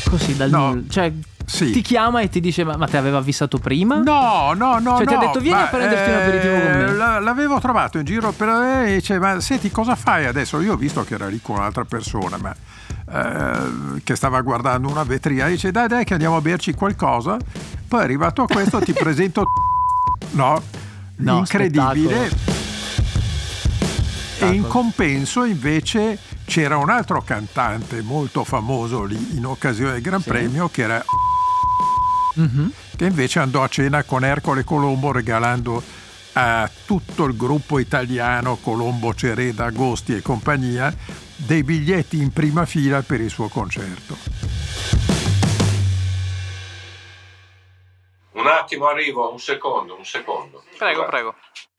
Così dal nulla. Cioè, sì. Ti chiama e ti dice: ma te aveva avvisato prima? No. Cioè, ti ha detto: vieni a prenderti un aperitivo con me. L'avevo trovato in giro per e dice: ma senti, cosa fai adesso? Io ho visto che era lì con un'altra persona, ma che stava guardando una vetrina, e dice: dai che andiamo a berci qualcosa. Poi arrivato a questo ti presento no, incredibile. Spettacolo. E in compenso invece c'era un altro cantante molto famoso lì in occasione del Gran Premio, che era che invece andò a cena con Ercole Colombo, regalando a tutto il gruppo italiano Colombo, Cereda, Agosti e compagnia dei biglietti in prima fila per il suo concerto. Un attimo, arrivo, un secondo. Prego.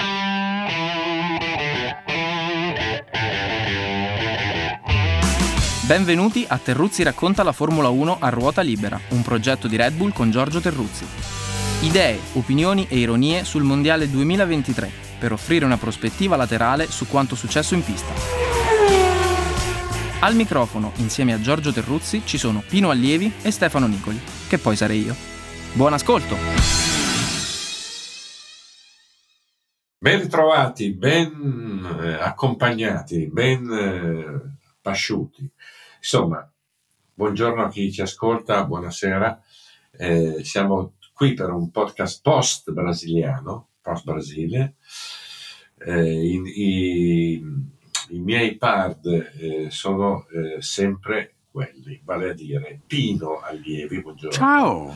Benvenuti a Terruzzi racconta la Formula 1 a ruota libera, un progetto di Red Bull con Giorgio Terruzzi. Idee, opinioni e ironie sul Mondiale 2023 per offrire una prospettiva laterale su quanto successo in pista. Al microfono, insieme a Giorgio Terruzzi, ci sono Pino Allievi e Stefano Nicoli, che poi sarei io. Buon ascolto! Ben ritrovati, ben accompagnati, ben pasciuti. Insomma, buongiorno a chi ci ascolta, buonasera. Siamo qui per un podcast post-Brasile. I miei pard sono sempre quelli, vale a dire Pino Allievi, buongiorno. Ciao!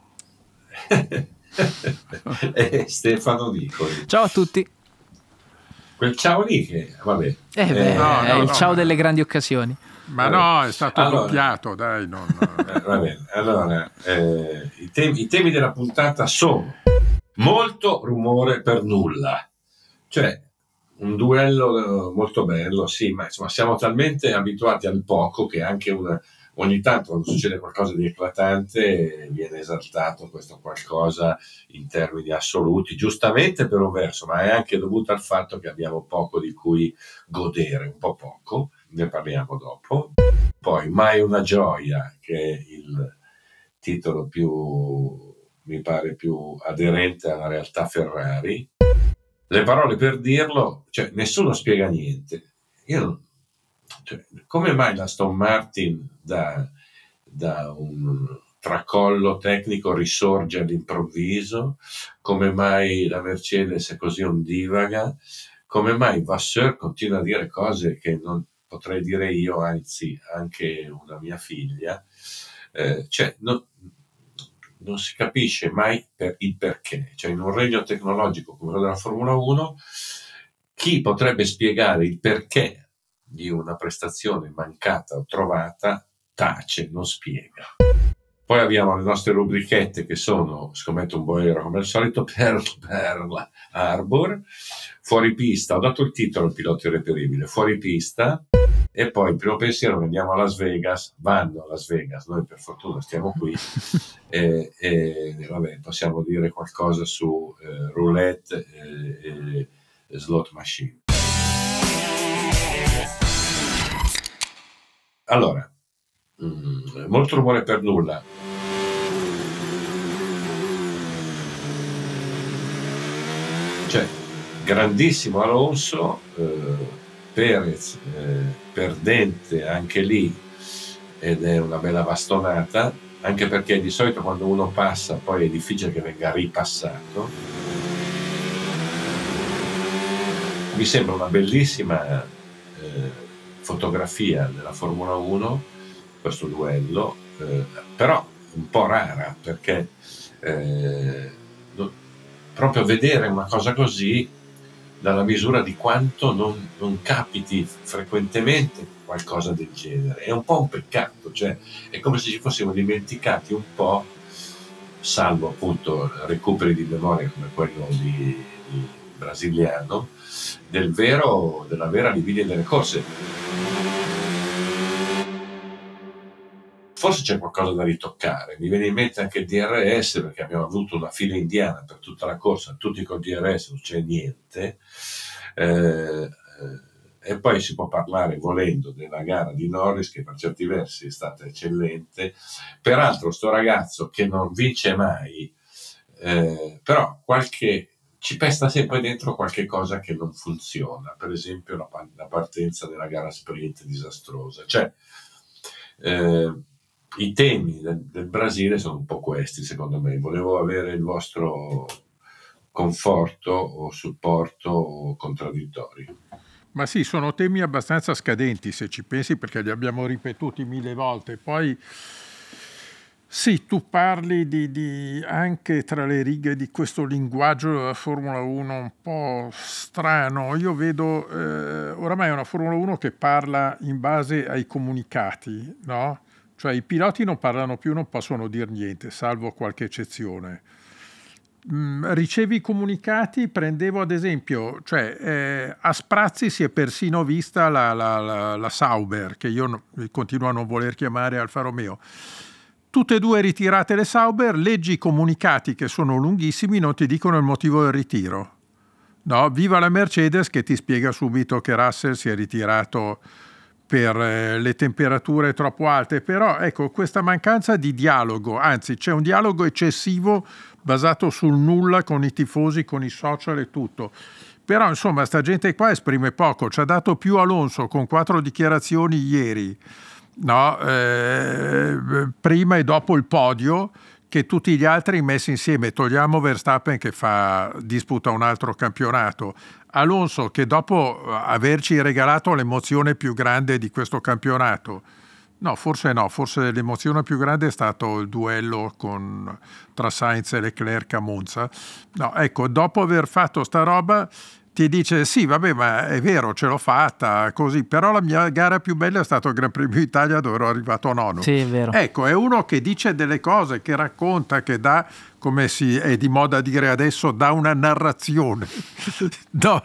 E Stefano Nicoli. Ciao a tutti! Quel ciao lì che, vabbè. È il ciao delle grandi occasioni. Ma no, è stato doppiato, dai. Va bene. Allora, i temi della puntata sono molto rumore per nulla. Cioè, un duello molto bello, sì, ma insomma siamo talmente abituati al poco che anche ogni tanto quando succede qualcosa di eclatante viene esaltato questo qualcosa in termini assoluti, giustamente per un verso, ma è anche dovuto al fatto che abbiamo poco di cui godere, un po' poco, ne parliamo dopo. Poi Mai una gioia, che è il titolo mi pare più aderente alla realtà Ferrari. Le parole per dirlo, cioè nessuno spiega niente. Come mai la Aston Martin da un tracollo tecnico risorge all'improvviso? Come mai la Mercedes è così ondivaga? Come mai Vasseur continua a dire cose che non potrei dire io, anzi anche una mia figlia? Non si capisce mai il perché. Cioè, in un regno tecnologico come quello della Formula 1, chi potrebbe spiegare il perché di una prestazione mancata o trovata tace, non spiega. Poi abbiamo le nostre rubrichette che sono, scommetto un boero come al solito, Pearl Harbor, fuori pista, ho dato il titolo al pilota irreperibile, fuori pista. E poi il primo pensiero che andiamo a Las Vegas, vanno a Las Vegas, noi per fortuna stiamo qui e vabbè, possiamo dire qualcosa su roulette e slot machine. Allora, molto rumore per nulla. Cioè, grandissimo Alonso, Perez perdente anche lì, ed è una bella bastonata, anche perché di solito quando uno passa poi è difficile che venga ripassato. Mi sembra una bellissima fotografia della Formula 1 questo duello, però un po' rara, perché proprio vedere una cosa così dalla misura di quanto non capiti frequentemente qualcosa del genere. È un po' un peccato, cioè è come se ci fossimo dimenticati un po', salvo appunto recuperi di memoria come quello di brasiliano, della vera dividia delle corse. Forse c'è qualcosa da ritoccare, mi viene in mente anche il DRS, perché abbiamo avuto una fila indiana per tutta la corsa, tutti col DRS, non c'è niente, E poi si può parlare, volendo, della gara di Norris, che per certi versi è stata eccellente. Peraltro sto ragazzo che non vince mai, però ci pesta sempre dentro qualche cosa che non funziona. Per esempio la partenza della gara sprint disastrosa. Cioè, i temi del Brasile sono un po' questi, secondo me. Volevo avere il vostro conforto o supporto o contraddittorio. Ma sì, sono temi abbastanza scadenti se ci pensi, perché li abbiamo ripetuti 1000 volte. Poi sì, tu parli di anche tra le righe di questo linguaggio della Formula 1 un po' strano. Io vedo oramai è una Formula 1 che parla in base ai comunicati, no? Cioè i piloti non parlano più, non possono dire niente, salvo qualche eccezione. Ricevi i comunicati, prendevo ad esempio, cioè a sprazzi si è persino vista la Sauber, che io continuo a non voler chiamare Alfa Romeo. Tutte e due ritirate le Sauber, leggi i comunicati che sono lunghissimi, non ti dicono il motivo del ritiro. No, viva la Mercedes che ti spiega subito che Russell si è ritirato per le temperature troppo alte. Però ecco, questa mancanza di dialogo, anzi c'è un dialogo eccessivo basato sul nulla con i tifosi, con i social e tutto. Però insomma sta gente qua esprime poco. Ci ha dato più Alonso con 4 dichiarazioni ieri, no? Prima e dopo il podio, che tutti gli altri messi insieme. Togliamo Verstappen che disputa un altro campionato. Alonso che dopo averci regalato l'emozione più grande di questo campionato, forse l'emozione più grande è stato il duello tra Sainz e Leclerc a Monza. Ecco, dopo aver fatto sta roba ti dice sì, vabbè, ma è vero, ce l'ho fatta, così, però la mia gara più bella è stato il Gran Premio Italia dove ero arrivato nono. Sì, è vero. Ecco, è uno che dice delle cose, che racconta, che dà, come è di moda dire adesso, dà una narrazione. No.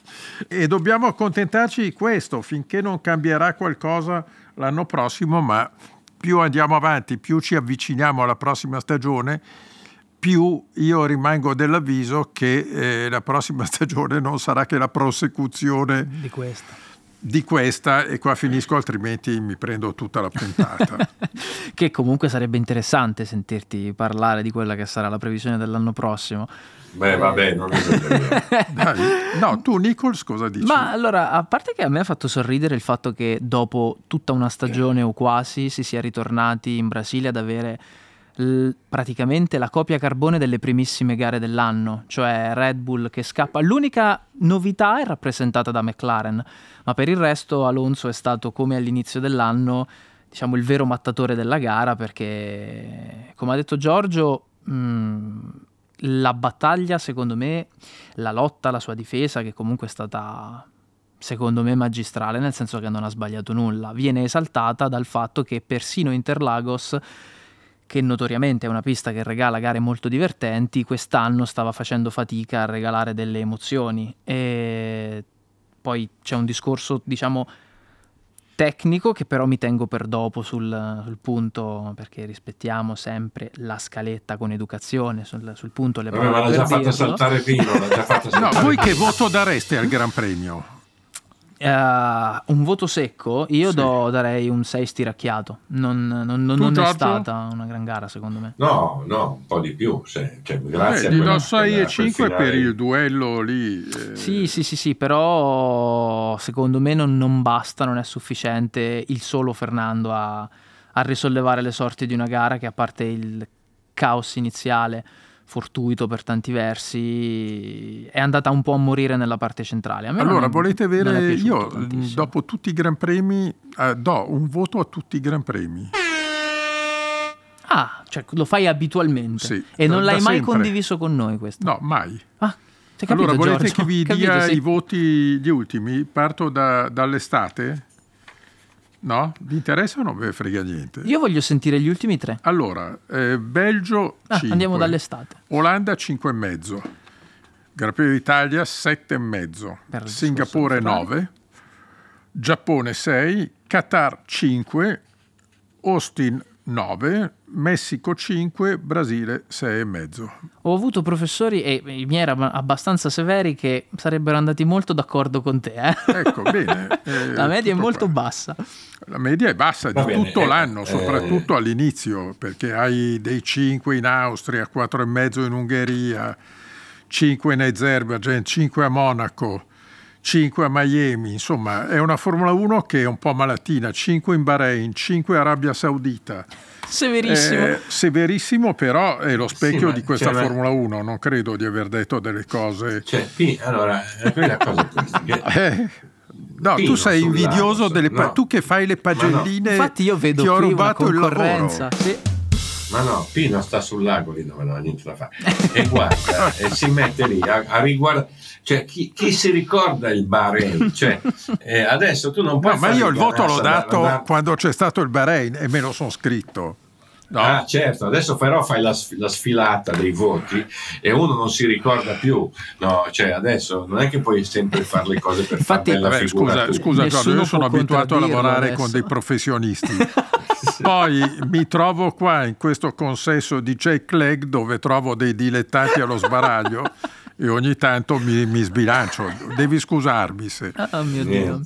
E dobbiamo accontentarci di questo finché non cambierà qualcosa l'anno prossimo, ma più andiamo avanti, più ci avviciniamo alla prossima stagione, più io rimango dell'avviso che la prossima stagione non sarà che la prosecuzione di questa, e qua finisco, altrimenti mi prendo tutta la puntata. Che comunque sarebbe interessante sentirti parlare di quella che sarà la previsione dell'anno prossimo. Beh, vabbè, non esageriamo. No, tu Nichols cosa dici? Ma allora, a parte che a me ha fatto sorridere il fatto che dopo tutta una stagione o quasi si sia ritornati in Brasile ad avere praticamente la copia carbone delle primissime gare dell'anno, cioè Red Bull che scappa. L'unica novità è rappresentata da McLaren, ma per il resto Alonso è stato, come all'inizio dell'anno, diciamo il vero mattatore della gara, perché come ha detto Giorgio, la battaglia, secondo me, la lotta, la sua difesa, che comunque è stata secondo me magistrale, nel senso che non ha sbagliato nulla, viene esaltata dal fatto che persino Interlagos, che notoriamente è una pista che regala gare molto divertenti, quest'anno stava facendo fatica a regalare delle emozioni. E poi c'è un discorso, diciamo, tecnico che però mi tengo per dopo sul punto, perché rispettiamo sempre la scaletta con educazione, sul punto le parole. Ma l'ha già fatta saltare Pino, voi che voto dareste al Gran Premio? Un voto secco, io darei un 6 stiracchiato. Non è stata una gran gara, secondo me. No, un po' di più. Grazie. Gli do 6 e 5 per il duello lì. Sì, però secondo me non basta, non è sufficiente il solo Fernando a risollevare le sorti di una gara che, a parte il caos iniziale fortuito per tanti versi, è andata un po' a morire nella parte centrale. Allora, volete vedere, io dopo tutti i Gran Premi do un voto a tutti i Gran Premi. Cioè lo fai abitualmente? Sì, e non l'hai mai sempre condiviso con noi questo? No, mai. Capito, allora, volete Giorgio? che vi dia i voti, gli ultimi? Parto dall'estate? No? Vi interessa o non ve ne frega niente? Io voglio sentire gli ultimi 3. Allora, Belgio 5. Andiamo dall'estate. Olanda 5,5. Gran Premio d'Italia 7,5. Singapore 9. Giappone 6. Qatar 5. Austin 9, Messico 5, Brasile 6,5. Ho avuto professori, e i miei erano abbastanza severi, che sarebbero andati molto d'accordo con te. Ecco, bene. La media è molto qua. bassa. La media è bassa di tutto l'anno, soprattutto all'inizio, perché hai dei 5 in Austria, 4,5 in Ungheria, 5 in Azerbaijan, 5 a Monaco, 5 a Miami. Insomma, è una Formula 1 che è un po' malatina. 5 in Bahrain, 5 Arabia Saudita. Severissimo. Severissimo, però è lo specchio di questa cioè, Formula 1. Non credo di aver detto delle cose. Allora, la cosa è questa. No, tu sei invidioso delle tu che fai le pagelline. Infatti io vedo ti ho qui rubato una il concorrenza. lavoro. Sì. Ma no, Pino sta sul lago lì dove non ha niente da fare e guarda e si mette lì a riguardare, cioè chi si ricorda il Bahrain, cioè adesso tu non puoi ma io il voto l'ho dato quando c'è stato il Bahrain e me lo sono scritto. No. Ah, certo, adesso però fai la sfilata dei voti e uno non si ricorda più. No, cioè adesso non è che puoi sempre fare le cose per fare bella figura. Scusa Giorgio, io sono abituato a lavorare con dei professionisti. Poi mi trovo qua in questo consesso di Jake Clegg dove trovo dei dilettanti allo sbaraglio e ogni tanto mi sbilancio. Devi scusarmi se... Oh mio Dio.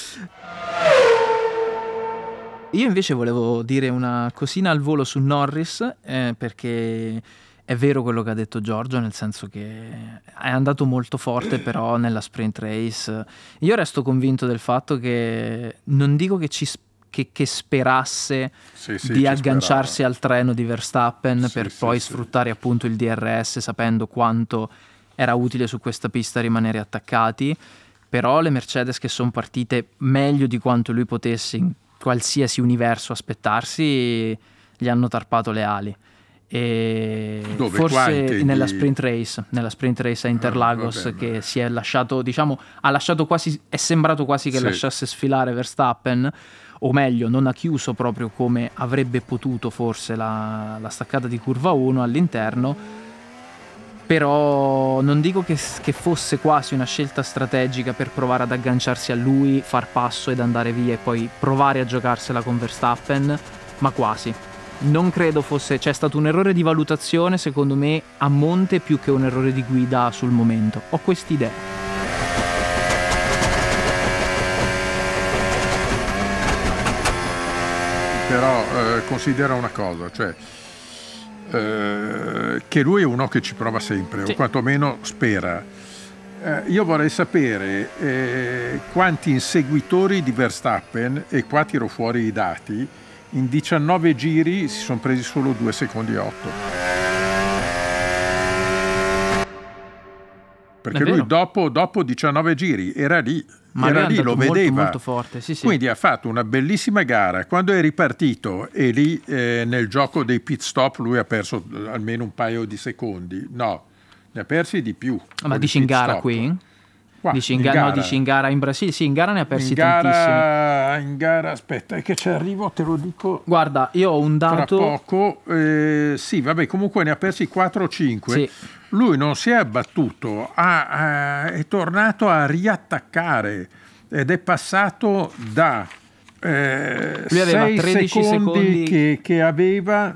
Io invece volevo dire una cosina al volo su Norris, perché è vero quello che ha detto Giorgio, nel senso che è andato molto forte però nella sprint race. Io resto convinto del fatto che, non dico che che sperasse di agganciarsi al treno di Verstappen per poi sfruttare appunto il DRS, sapendo quanto era utile su questa pista rimanere attaccati, però le Mercedes che sono partite meglio di quanto lui potesse in qualsiasi universo aspettarsi gli hanno tarpato le ali. E dove, forse nella sprint race a Interlagos, che si è lasciato, diciamo, è sembrato quasi che lasciasse sfilare Verstappen, o meglio non ha chiuso proprio come avrebbe potuto forse la staccata di curva 1 all'interno, però non dico che fosse quasi una scelta strategica per provare ad agganciarsi a lui, far passo ed andare via e poi provare a giocarsela con Verstappen, ma quasi. Non credo fosse, c'è stato un errore di valutazione secondo me a monte più che un errore di guida sul momento. Ho quest'idea. Però considera una cosa, cioè che lui è uno che ci prova sempre, o quantomeno spera. Io vorrei sapere quanti inseguitori di Verstappen, e qua tiro fuori i dati, in 19 giri si sono presi solo 2 secondi e 8. Perché lui dopo 19 giri era lì, lo vedeva. Molto forte, sì. Quindi ha fatto una bellissima gara. Quando è ripartito e lì nel gioco dei pit stop lui ha perso almeno un paio di secondi. No, ne ha persi di più. Ma dici in gara qui? Dici in gara in Brasile? Sì, in gara ne ha persi tantissimi. In gara, aspetta, è che ci arrivo, te lo dico. Guarda, io ho un dato. Tra poco, sì, vabbè, comunque ne ha persi 4 o 5. Sì. Lui non si è abbattuto, è tornato a riattaccare ed è passato da lui aveva 13 secondi che aveva.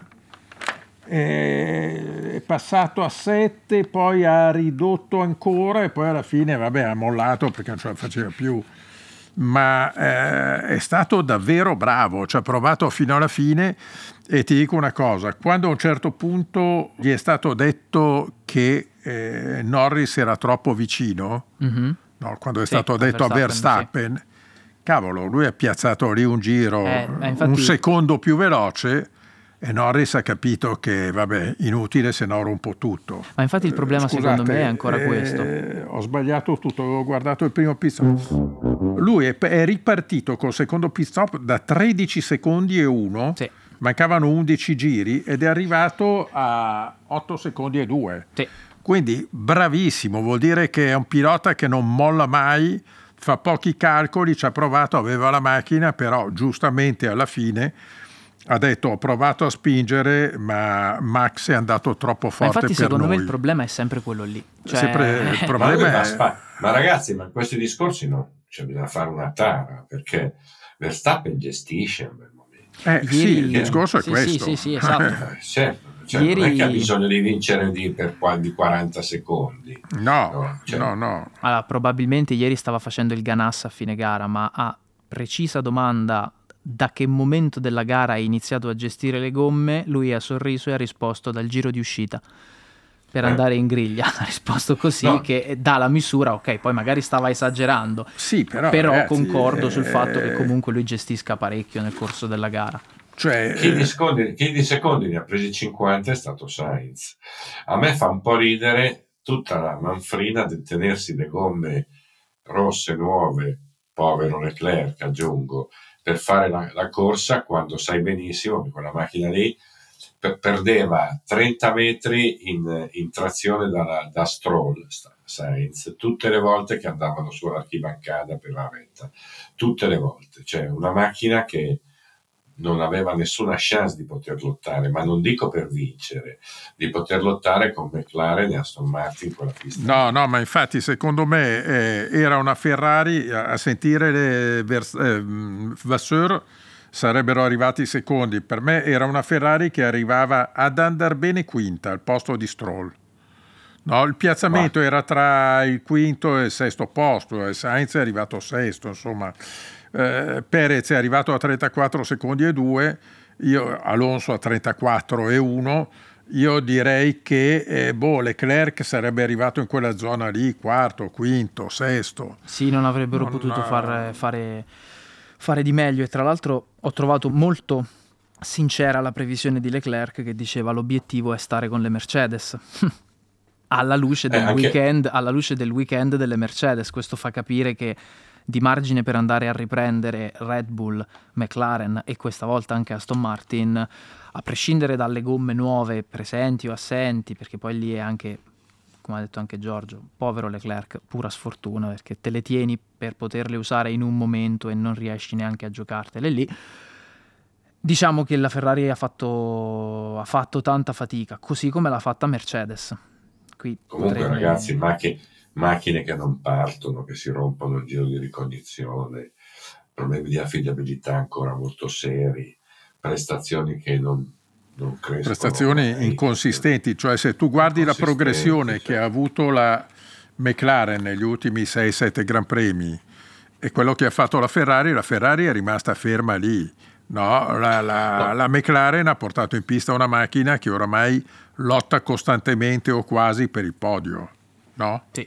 È passato a 7, poi ha ridotto ancora e poi alla fine ha mollato perché non ce la faceva più, ma è stato davvero bravo, ci ha provato fino alla fine. E ti dico una cosa, quando a un certo punto gli è stato detto che Norris era troppo vicino, no, quando è stato detto a Verstappen, cavolo, lui ha piazzato lì un giro un secondo più veloce. E Norris ha capito che, inutile, se no rompo tutto. Ma infatti il problema secondo me è ancora questo. Ho sbagliato tutto, avevo guardato il primo pit stop. Lui è ripartito col secondo pit stop da 13 secondi e 1. Sì. Mancavano 11 giri ed è arrivato a 8 secondi e 2. Sì. Quindi bravissimo, vuol dire che è un pilota che non molla mai, fa pochi calcoli, ci ha provato, aveva la macchina, però giustamente alla fine ha detto ho provato a spingere ma Max è andato troppo forte per noi. Infatti secondo me il problema è sempre quello lì. Il problema ma ragazzi, ma in questi discorsi no, bisogna fare una tara, perché Verstappen gestisce un bel momento. Sì, il discorso è questo. Sì, esatto. Certo. Cioè, Ieri... non è che ha bisogno di vincere di 40 secondi. No. Allora, probabilmente ieri stava facendo il Ganassa a fine gara, ma a precisa domanda da che momento della gara hai iniziato a gestire le gomme, lui ha sorriso e ha risposto dal giro di uscita per andare in griglia. Ha risposto così, che dà la misura, ok, poi magari stava esagerando, sì, però ragazzi, concordo sul fatto che comunque lui gestisca parecchio nel corso della gara. Cioè, chi di secondi ne ha presi 50 è stato Sainz. A me fa un po' ridere tutta la manfrina di tenersi le gomme rosse nuove, povero Leclerc, aggiungo, per fare la corsa, quando sai benissimo che quella macchina lì perdeva 30 metri in trazione da Stroll, Sainz, tutte le volte che andavano sull'archibancada per la retta, tutte le volte. Cioè una macchina che non aveva nessuna chance di poter lottare, ma non dico per vincere, di poter lottare con McLaren e Aston Martin con la pista. No, ma infatti secondo me era una Ferrari, a sentire Vasseur sarebbero arrivati secondi. Per me era una Ferrari che arrivava ad andare bene quinta al posto di Stroll. No, il piazzamento era tra il quinto e il sesto posto, e Sainz è arrivato sesto, insomma. Perez è arrivato a 34 secondi e 2, Alonso a 34 e 1. Io direi che Leclerc sarebbe arrivato in quella zona lì, quarto, quinto, sesto. Sì, non avrebbero potuto fare di meglio. E tra l'altro ho trovato molto sincera la previsione di Leclerc, che diceva l'obiettivo è stare con le Mercedes. alla luce del weekend delle Mercedes. Questo fa capire che di margine per andare a riprendere Red Bull, McLaren e questa volta anche Aston Martin, a prescindere dalle gomme nuove presenti o assenti, perché poi lì è anche, come ha detto anche Giorgio, povero Leclerc, pura sfortuna, perché te le tieni per poterle usare in un momento e non riesci neanche a giocartele lì. Diciamo che la Ferrari ha fatto tanta fatica, così come l'ha fatta Mercedes. Qui comunque ragazzi, macchine che non partono, che si rompono il giro di ricognizione, problemi di affidabilità ancora molto seri, prestazioni che non crescono, prestazioni inconsistenti. Cioè, se tu guardi la progressione che ha avuto la McLaren negli ultimi 6-7 Gran Premi e quello che ha fatto la Ferrari è rimasta ferma lì. No, la McLaren ha portato in pista una macchina che oramai lotta costantemente o quasi per il podio, no? Sì.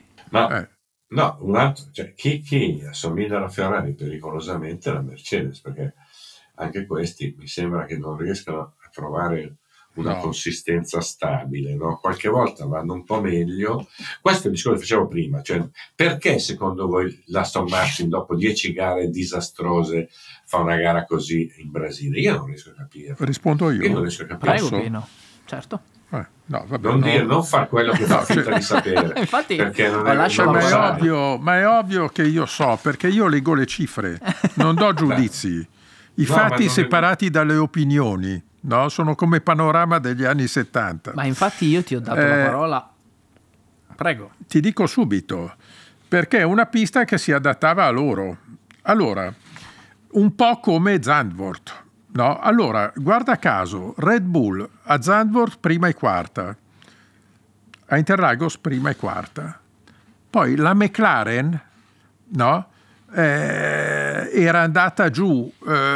No, un altro, cioè, chi assomiglia alla Ferrari pericolosamente è la Mercedes, perché anche questi mi sembra che non riescano a trovare una consistenza stabile, no? Qualche volta vanno un po' meglio. Questo è il discorso che facevo prima, cioè perché secondo voi l'Aston Martin dopo 10 gare disastrose fa una gara così in Brasile? Io non riesco a capire. Io non riesco a capire. Prego, Pino. Certo. Non far quello che fa finta di sapere. Infatti, perché non è ma è ovvio che io so, perché io leggo le cifre, non do giudizi. I fatti separati dalle opinioni, no? Sono come Panorama degli anni 70. Ma infatti io ti ho dato la parola. Prego. Ti dico subito, perché è una pista che si adattava a loro. Allora, un po' come Zandvoort. No, allora, guarda caso, Red Bull a Zandvoort prima e quarta, a Interlagos prima e quarta. Poi la McLaren, no, era andata giù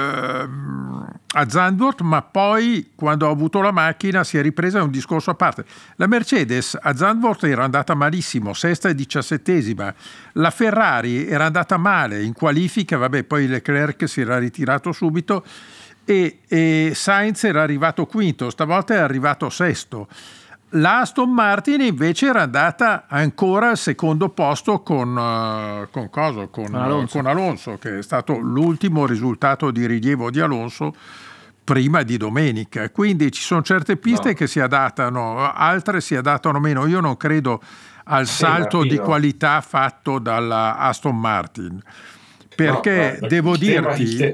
a Zandvoort, ma poi quando ha avuto la macchina si è ripresa, un discorso a parte. La Mercedes a Zandvoort era andata malissimo, sesta e 17ª. La Ferrari era andata male in qualifica, vabbè, poi Leclerc si era ritirato subito. E Sainz era arrivato quinto, stavolta è arrivato sesto. L'Aston Martin invece era andata ancora al secondo posto con Alonso, che è stato l'ultimo risultato di rilievo di Alonso prima di domenica. Quindi ci sono certe piste che si adattano, altre si adattano meno. Io non credo al salto di qualità fatto dalla Aston Martin, perché devo dirti...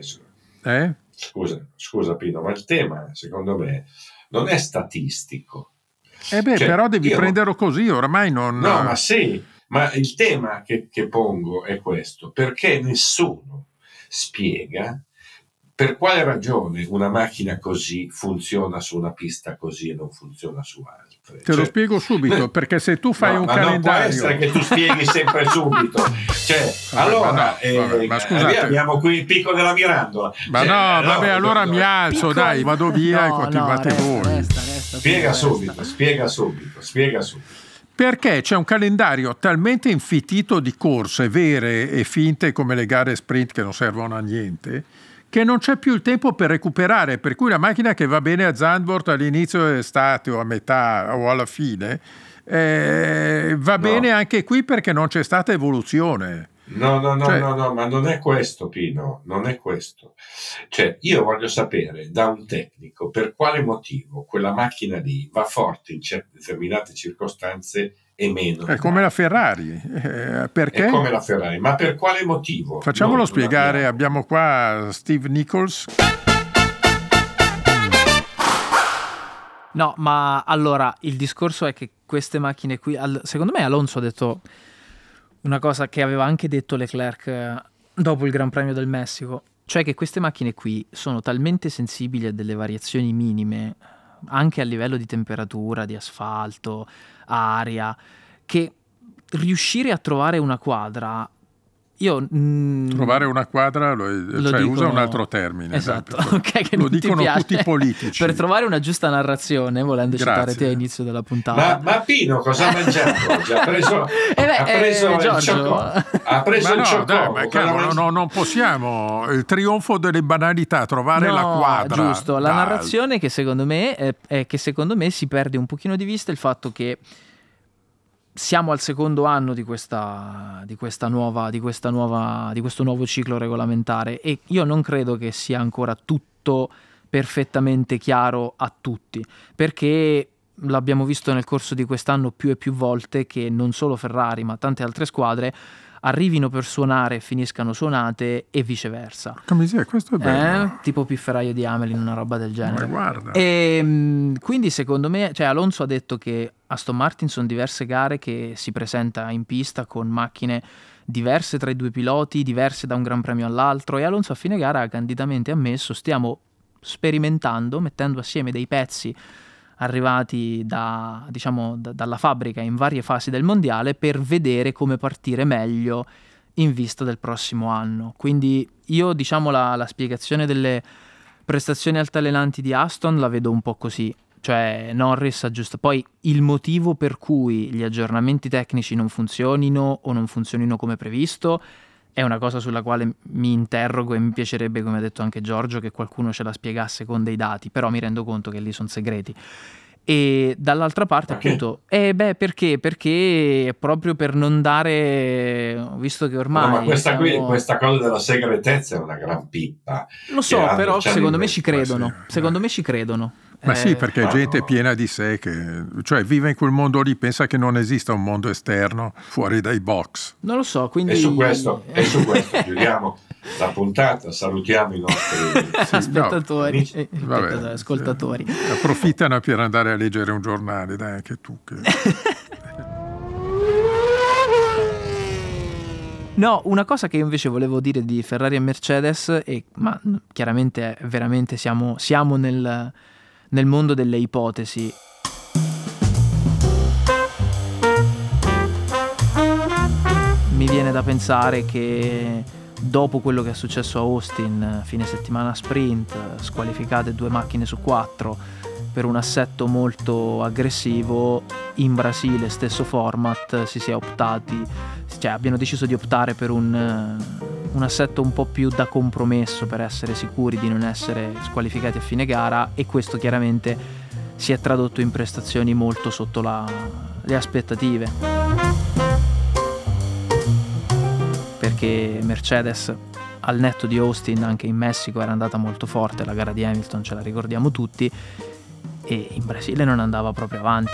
Scusa Pino, ma il tema secondo me non è statistico. Però devi prenderlo così, oramai non... No, ma sì, ma il tema che pongo è questo, perché nessuno spiega per quale ragione una macchina così funziona su una pista così e non funziona su altre? Te lo spiego subito, perché se tu fai un calendario... Non può essere che tu spieghi sempre subito. Ma scusate, abbiamo qui il picco della Mirandola. Allora mi alzo, dai, vado via e continuate voi. Resta, spiega subito. Perché c'è un calendario talmente infittito di corse vere e finte come le gare sprint che non servono a niente, che non c'è più il tempo per recuperare, per cui la macchina che va bene a Zandvoort all'inizio dell'estate o a metà o alla fine va bene anche qui perché non c'è stata evoluzione. No, ma non è questo, Pino, non è questo. Cioè, io voglio sapere da un tecnico per quale motivo quella macchina lì va forte in determinate circostanze e meno. È come la Ferrari. Perché? È come la Ferrari, ma per quale motivo? Facciamolo spiegare, abbiamo qua Steve Nichols. No, ma allora, il discorso è che queste macchine qui, secondo me Alonso ha detto una cosa che aveva anche detto Leclerc dopo il Gran Premio del Messico, cioè che queste macchine qui sono talmente sensibili a delle variazioni minime, anche a livello di temperatura, di asfalto, aria, che riuscire a trovare una quadra, trovare una quadra, usa un altro termine. Esatto, che lo dicono tutti i politici. Per trovare una giusta narrazione, volendo citare te all'inizio della puntata. Ma Pino cosa ha mangiato oggi? Ha preso il ciocco. Ha preso il ciocco. Non possiamo. Il trionfo delle banalità, trovare la quadra. Giusto, la narrazione che secondo me è che secondo me si perde un pochino di vista il fatto che siamo al secondo anno di questo nuovo ciclo regolamentare e io non credo che sia ancora tutto perfettamente chiaro a tutti, perché l'abbiamo visto nel corso di quest'anno più e più volte che non solo Ferrari ma tante altre squadre arrivino per suonare e finiscano suonate e viceversa. Questo è bello. Tipo Pifferaio di Hamelin, una roba del genere. Ma guarda. E quindi secondo me, Alonso ha detto che Aston Martin sono diverse gare che si presenta in pista con macchine diverse tra i due piloti, diverse da un Gran Premio all'altro, e Alonso a fine gara ha candidamente ammesso: stiamo sperimentando, mettendo assieme dei pezzi arrivati dalla fabbrica in varie fasi del mondiale per vedere come partire meglio in vista del prossimo anno. Quindi io la spiegazione delle prestazioni altalenanti di Aston la vedo un po' così, cioè Norris aggiusta, poi il motivo per cui gli aggiornamenti tecnici non funzionino o non funzionino come previsto è una cosa sulla quale mi interrogo e mi piacerebbe, come ha detto anche Giorgio, che qualcuno ce la spiegasse con dei dati, però mi rendo conto che lì sono segreti. E dall'altra parte appunto perché proprio per non dare, visto che ormai ma questa cosa della segretezza è una gran pippa. Lo so, però secondo me ci credono. Secondo me ci credono. Ma sì, perché è gente piena di sé cioè vive in quel mondo lì, pensa che non esista un mondo esterno fuori dai box. Non lo so, quindi e su questo chiudiamo la puntata, salutiamo i nostri spettatori, ascoltatori. Approfittano per andare a leggere un giornale, dai, anche tu che... No, una cosa che io invece volevo dire di Ferrari e Mercedes, ma chiaramente veramente siamo nel mondo delle ipotesi. Mi viene da pensare che dopo quello che è successo a Austin, fine settimana sprint, squalificate 2 macchine su 4 per un assetto molto aggressivo, in Brasile stesso format si sia abbiano deciso di optare per un assetto un po' più da compromesso per essere sicuri di non essere squalificati a fine gara, e questo chiaramente si è tradotto in prestazioni molto sotto le aspettative, perché Mercedes al netto di Austin anche in Messico era andata molto forte, la gara di Hamilton ce la ricordiamo tutti, e in Brasile non andava proprio avanti.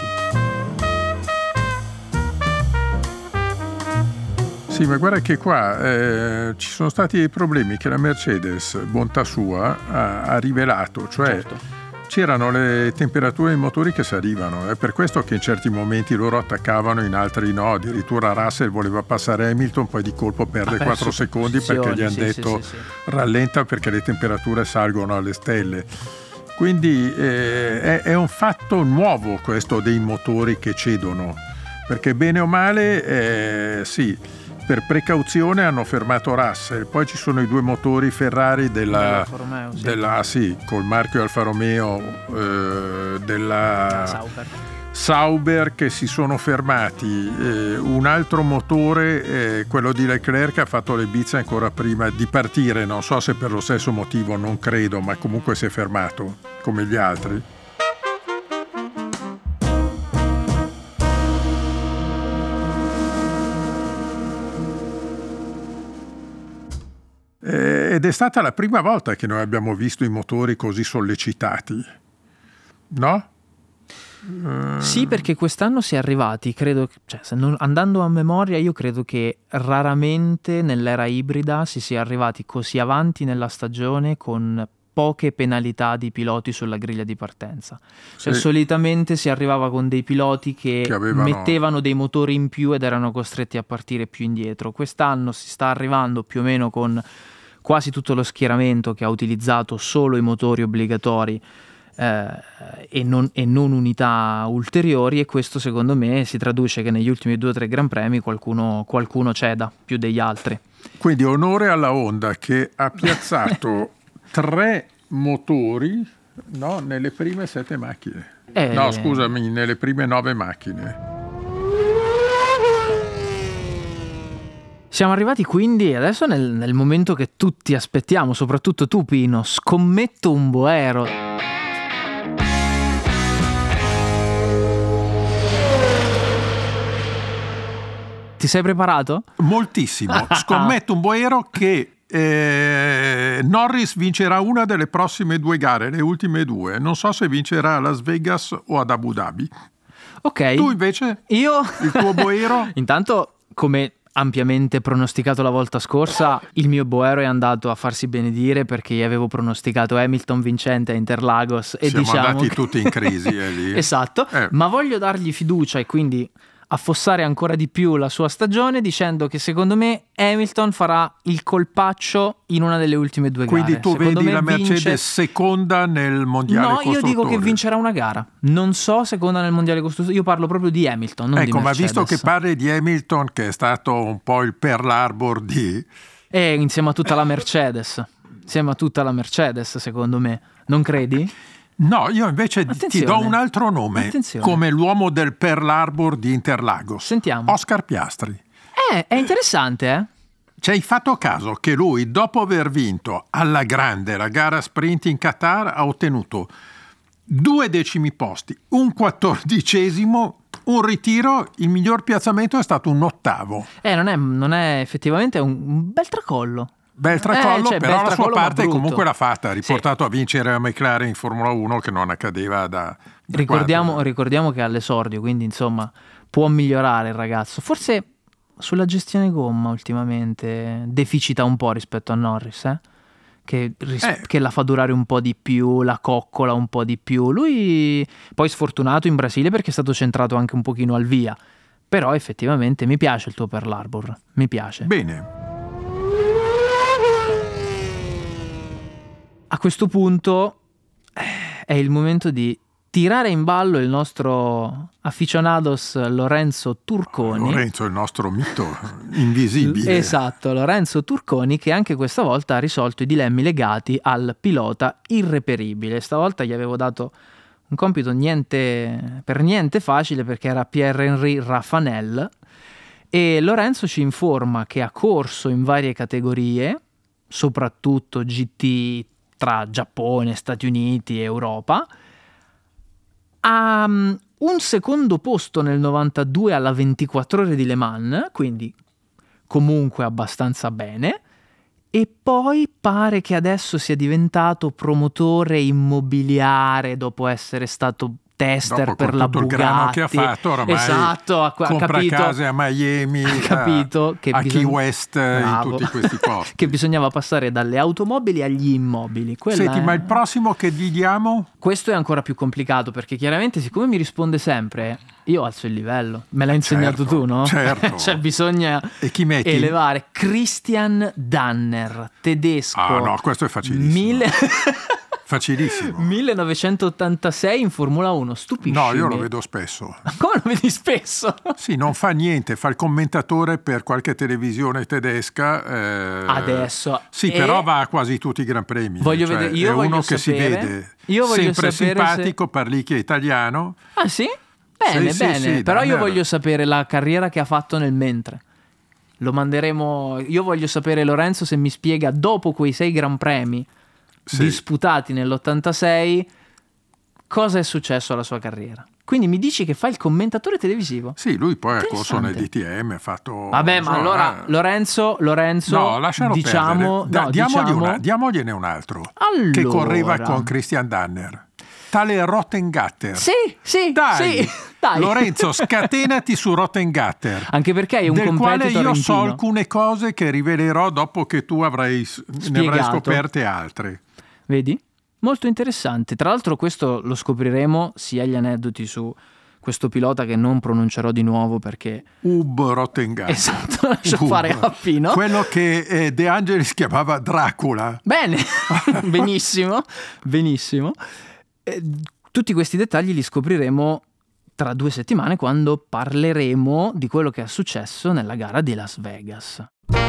Sì, ma guarda che qua ci sono stati dei problemi che la Mercedes, bontà sua, ha rivelato, cioè c'erano le temperature dei motori che salivano, è per questo che in certi momenti loro attaccavano, in altri no. Addirittura Russell voleva passare Hamilton, poi di colpo perde 4 secondi perché gli hanno detto rallenta perché le temperature salgono alle stelle. Quindi è un fatto nuovo questo dei motori che cedono, perché bene o male sì, per precauzione hanno fermato Russell, poi ci sono i 2 motori Ferrari della Romeo, col marchio Alfa Romeo della Sauber che si sono fermati. Un altro motore, quello di Leclerc, ha fatto le bizze ancora prima di partire, non so se per lo stesso motivo, non credo, ma comunque si è fermato come gli altri. Ed è stata la prima volta che noi abbiamo visto i motori così sollecitati, no? Sì, perché quest'anno si è arrivati, credo, andando a memoria, io credo che raramente nell'era ibrida si sia arrivati così avanti nella stagione con poche penalità di piloti sulla griglia di partenza. Cioè, solitamente si arrivava con dei piloti che mettevano dei motori in più ed erano costretti a partire più indietro. Quest'anno si sta arrivando più o meno con quasi tutto lo schieramento che ha utilizzato solo i motori obbligatori e non unità ulteriori, e questo secondo me si traduce che negli ultimi 2 o 3 Gran Premi qualcuno ceda più degli altri. Quindi onore alla Honda che ha piazzato 3 motori nelle prime 7 macchine. No, scusami, nelle prime 9 macchine. Siamo arrivati quindi adesso nel momento che tutti aspettiamo, soprattutto tu Pino. Scommetto un boero. Ti sei preparato? Moltissimo. Scommetto un boero che Norris vincerà una delle prossime 2 gare, le ultime 2. Non so se vincerà a Las Vegas o ad Abu Dhabi. Ok. Tu invece? Io? Il tuo boero? Intanto, come ampiamente pronosticato la volta scorsa, il mio boero è andato a farsi benedire perché gli avevo pronosticato Hamilton vincente a Interlagos e siamo andati che... tutti in crisi lì. Esatto, ma voglio dargli fiducia e quindi affossare ancora di più la sua stagione dicendo che secondo me Hamilton farà il colpaccio in una delle ultime 2 gare. Quindi tu secondo vedi la Mercedes seconda nel mondiale costruttori? No, io dico che vincerà una gara. Non so seconda nel mondiale costruttori, io parlo proprio di Hamilton, non di Mercedes. Ma visto che parli di Hamilton, che è stato un po' il Pearl Harbor di... insieme a tutta la Mercedes. Secondo me. Non credi? No, io invece ti do un altro nome. Come l'uomo del Pearl Harbor di Interlagos. Sentiamo. Oscar Piastri. È interessante, Ci hai fatto caso che lui, dopo aver vinto alla grande la gara sprint in Qatar, ha ottenuto 2 decimi posti, un 14°, un ritiro, il miglior piazzamento è stato un 8°. Non è effettivamente un bel tracollo. Bel tracollo, però la sua parte comunque l'ha fatta, ha riportato a vincere la McLaren in Formula 1 che non accadeva da ricordiamo che è all'esordio, quindi insomma può migliorare il ragazzo. Forse sulla gestione gomma ultimamente deficita un po' rispetto a Norris, che la fa durare un po' di più, la coccola un po' di più. Lui poi sfortunato in Brasile perché è stato centrato anche un pochino al via, però effettivamente mi piace il tuo Pearl Harbor, mi piace. Bene. A questo punto è il momento di tirare in ballo il nostro aficionados Lorenzo Turconi. Lorenzo, il nostro mito invisibile. Esatto, Lorenzo Turconi, che anche questa volta ha risolto i dilemmi legati al pilota irreperibile. Stavolta gli avevo dato un compito per niente facile perché era Pierre-Henri Raffanel, e Lorenzo ci informa che ha corso in varie categorie, soprattutto GT tra Giappone, Stati Uniti e Europa, ha un secondo posto nel 92 alla 24 ore di Le Mans, quindi comunque abbastanza bene, e poi pare che adesso sia diventato promotore immobiliare dopo essere stato tester dopo, per la tutto Bugatti. Il grano che ha fatto oramai, esatto, ha compra capito, case a Miami, ha capito che a Key West, bravo, in tutti questi posti. che bisognava passare dalle automobili agli immobili. Senti, ma il prossimo che gli diamo? Questo è ancora più complicato, perché chiaramente, siccome mi risponde sempre, io alzo il livello. Me l'hai insegnato tu, no? Certo. Cioè bisogna E chi metti? elevare. Christian Danner, tedesco. Ah no, questo è facilissimo. Facilissimo. 1986 in Formula 1, stupisci. No, io lo vedo spesso. Come lo vedi spesso? Sì, non fa niente, fa il commentatore per qualche televisione tedesca. Adesso. Sì, però va a quasi tutti i Gran Premi. Voglio cioè, vedere, io è voglio uno che sapere, si vede io voglio sempre sapere simpatico, parlicchia italiano. Ah sì? Bene, Sì, bene. sì, Però io Danner. voglio sapere la carriera che ha fatto nel mentre. Lo manderemo. Io voglio sapere, Lorenzo, se mi spiega, dopo quei 6 Gran Premi disputati nell'86, cosa è successo alla sua carriera. Quindi mi dici che fa il commentatore televisivo? Sì, lui poi ha corso nel DTM, ha fatto... Vabbè, ma allora Lorenzo, no, lascialo diciamo, perdere. Diamogliene un altro allora, che correva con Christian Danner. Tale Rottengatter. Sì, dai. Dai. Lorenzo, scatenati su Rottengatter. Anche perché è un del quale io competitor so intino. alcune cose che rivelerò dopo che tu ne avrai scoperte altre. Vedi? Molto interessante. Tra l'altro questo lo scopriremo, sia gli aneddoti su questo pilota che non pronuncerò di nuovo perché... Rottengatter. Esatto, lascio fare a Pino. Quello che De Angelis chiamava Dracula. Bene, benissimo. Tutti questi dettagli li scopriremo tra 2 settimane, quando parleremo di quello che è successo nella gara di Las Vegas.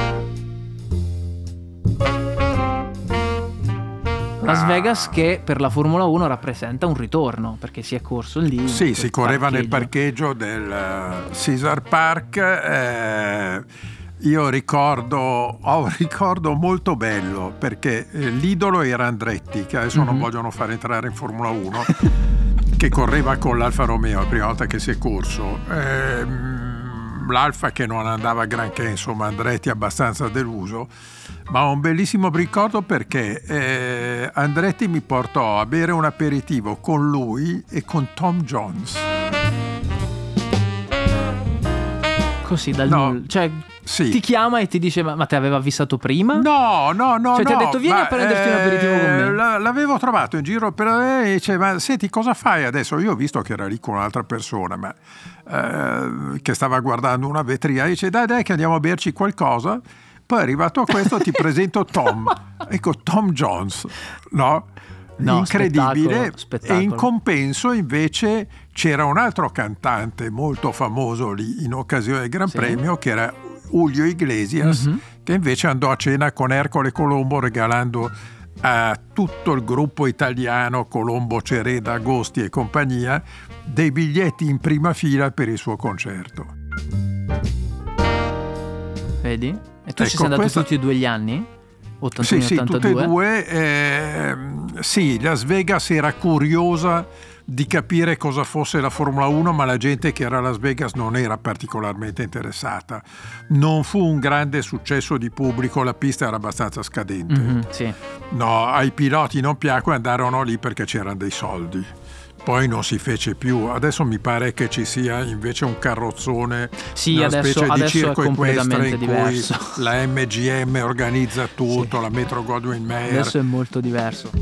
Las Vegas che per la Formula 1 rappresenta un ritorno, perché si è corso lì. Sì, si correva nel parcheggio del Caesar Park. Io ho un ricordo molto bello, perché l'idolo era Andretti, che adesso non vogliono far entrare in Formula 1, che correva con l'Alfa Romeo la prima volta che si è corso. L'Alfa che non andava granché, insomma, Andretti abbastanza deluso, ma ho un bellissimo ricordo perché Andretti mi portò a bere un aperitivo con lui e con Tom Jones. Così dal nulla, cioè ti chiama e ti dice ma ti aveva avvisato prima? No, cioè ti ha detto vieni a prenderti un aperitivo con me. L'avevo trovato in giro per e dice ma senti, cosa fai adesso? Io ho visto che era lì con un'altra persona, ma che stava guardando una vetrina, dice dai che andiamo a berci qualcosa. Poi arrivato a questo ti presento Tom. Ecco, Tom Jones, no, incredibile. Spettacolo. E in compenso invece c'era un altro cantante molto famoso lì in occasione del Gran Premio, che era Julio Iglesias, che invece andò a cena con Ercole Colombo regalando a tutto il gruppo italiano, Colombo, Cereda, Agosti e compagnia, dei biglietti in prima fila per il suo concerto. Vedi? E tu ci sei andato tutti e 2 gli anni? 81 sì, 82? Tutte e 2. Sì, Las Vegas era curiosa di capire cosa fosse la Formula 1, ma la gente che era a Las Vegas non era particolarmente interessata. Non fu un grande successo di pubblico, la pista era abbastanza scadente. Sì. No, ai piloti non piacque, andarono lì perché c'erano dei soldi. Poi non si fece più. Adesso mi pare che ci sia invece un carrozzone, una specie di circo equestre in diverso. Cui la MGM organizza tutto, la Metro Goldwyn Mayer. Adesso è molto diverso.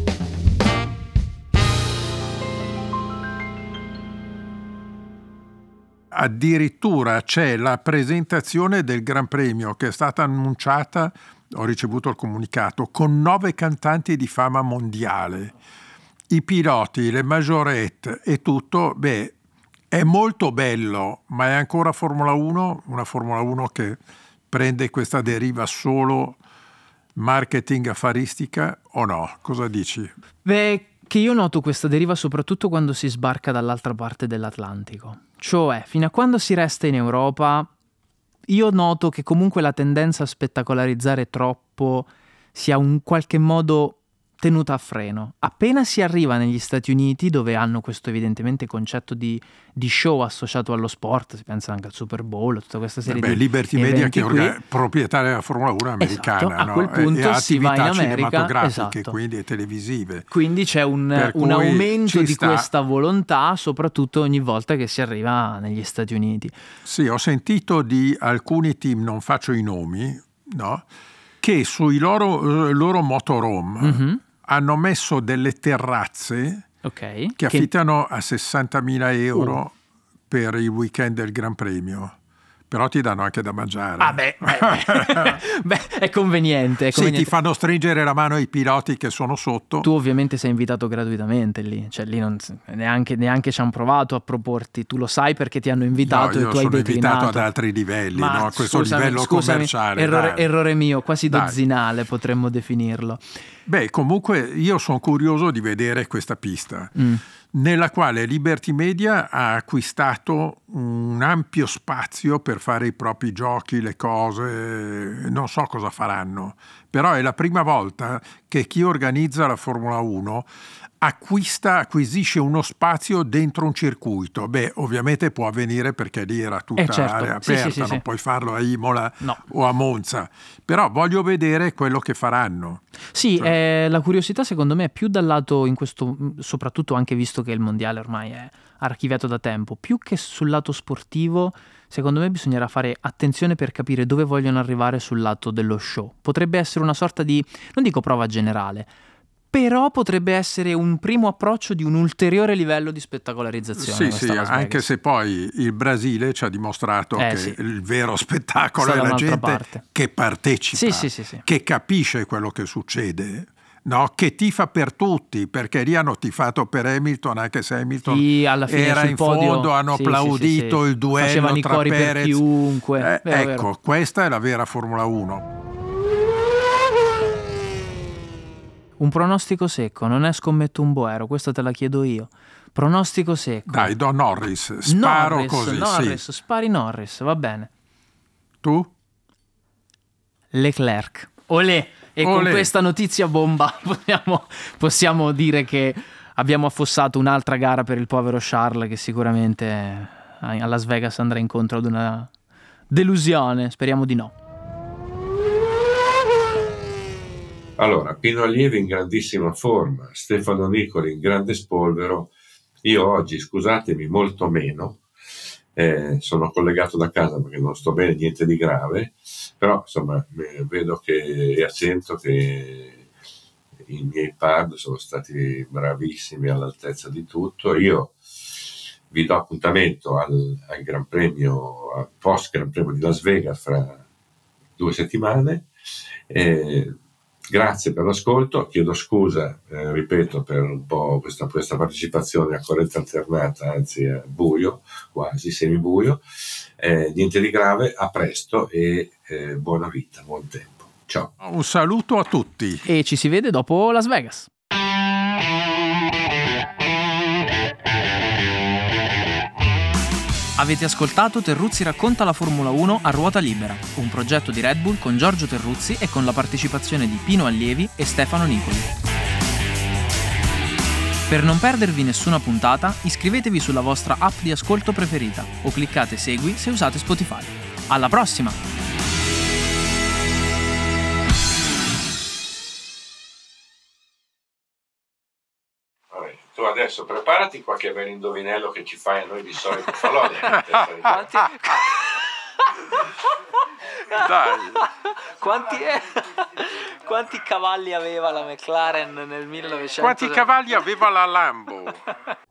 Addirittura c'è la presentazione del Gran Premio che è stata annunciata, ho ricevuto il comunicato, con 9 cantanti di fama mondiale. I piloti, le majorette e tutto, è molto bello, ma è ancora Formula 1, una Formula 1 che prende questa deriva solo marketing affaristica o no? Cosa dici? Che io noto questa deriva soprattutto quando si sbarca dall'altra parte dell'Atlantico. Cioè, fino a quando si resta in Europa, io noto che comunque la tendenza a spettacolarizzare troppo sia in qualche modo tenuta a freno. Appena si arriva negli Stati Uniti, dove hanno questo evidentemente concetto di show associato allo sport, si pensa anche al Super Bowl, tutta questa serie di Liberty Media, che è proprietaria della Formula 1 americana, esatto, a quel punto e si va in America, cinematografiche, esatto. quindi e televisive. Quindi c'è un aumento di questa volontà, soprattutto ogni volta che si arriva negli Stati Uniti. Sì, ho sentito di alcuni team, non faccio i nomi, no, che sui loro motorhome hanno messo delle terrazze che affittano a 60.000 euro per il weekend del Gran Premio. Però ti danno anche da mangiare. Beh, è conveniente. Sì, ti fanno stringere la mano ai piloti che sono sotto. Tu ovviamente sei invitato gratuitamente lì, cioè lì neanche ci hanno provato a proporti, tu lo sai perché ti hanno invitato e tu hai declinato. Io sono invitato ad altri livelli, no? A questo livello commerciale. Errore mio, quasi dozzinale potremmo definirlo. Beh, comunque io sono curioso di vedere questa pista, nella quale Liberty Media ha acquistato un ampio spazio per fare i propri giochi, le cose, non so cosa faranno, però è la prima volta che chi organizza la Formula 1 acquisisce uno spazio dentro un circuito. Beh, ovviamente può avvenire perché lì era tutta area aperta, sì. non puoi farlo a Imola o a Monza, però voglio vedere quello che faranno. Sì, la curiosità secondo me è più dal lato, in questo, soprattutto anche visto che il mondiale ormai è archiviato da tempo, più che sul lato sportivo. Secondo me bisognerà fare attenzione per capire dove vogliono arrivare sul lato dello show. Potrebbe essere una sorta di, non dico prova generale, però potrebbe essere un primo approccio di un ulteriore livello di spettacolarizzazione. Sì, anche se poi il Brasile ci ha dimostrato che il vero spettacolo è la gente parte. Che partecipa, che capisce quello che succede, no? Che tifa per tutti, perché lì hanno tifato per Hamilton, anche se Hamilton alla fine era in podio, fondo, hanno applaudito il duello facevano tra i cori Perez. Per chiunque. Vero. Questa è la vera Formula 1. Un pronostico secco, non è scommetto un boero, questo te la chiedo io. Pronostico secco. Dai, do Norris, sparo così. Norris, spari Norris, va bene. Tu? Leclerc. Olè! E con questa notizia bomba possiamo dire che abbiamo affossato un'altra gara per il povero Charles, che sicuramente a Las Vegas andrà incontro ad una delusione, speriamo di no. Allora, Pino Allievi in grandissima forma, Stefano Nicoli in grande spolvero. Io oggi, scusatemi, molto meno, sono collegato da casa perché non sto bene, niente di grave, però insomma vedo che e sento che i miei pad sono stati bravissimi, all'altezza di tutto. Io vi do appuntamento al Gran Premio, al post Gran Premio di Las Vegas fra 2 settimane. Grazie per l'ascolto, chiedo scusa, ripeto, per un po' questa partecipazione a corrente alternata, anzi a buio, quasi semibuio. Niente di grave, a presto e buona vita, buon tempo. Ciao. Un saluto a tutti. E ci si vede dopo Las Vegas. Avete ascoltato Terruzzi racconta la Formula 1 a ruota libera, un progetto di Red Bull con Giorgio Terruzzi e con la partecipazione di Pino Allievi e Stefano Nicoli. Per non perdervi nessuna puntata, iscrivetevi sulla vostra app di ascolto preferita o cliccate segui se usate Spotify. Alla prossima! Tu adesso preparati qualche bel indovinello che ci fai a noi di solito. Fallo Quanti cavalli aveva la McLaren nel 1900? Quanti cavalli aveva la Lambo?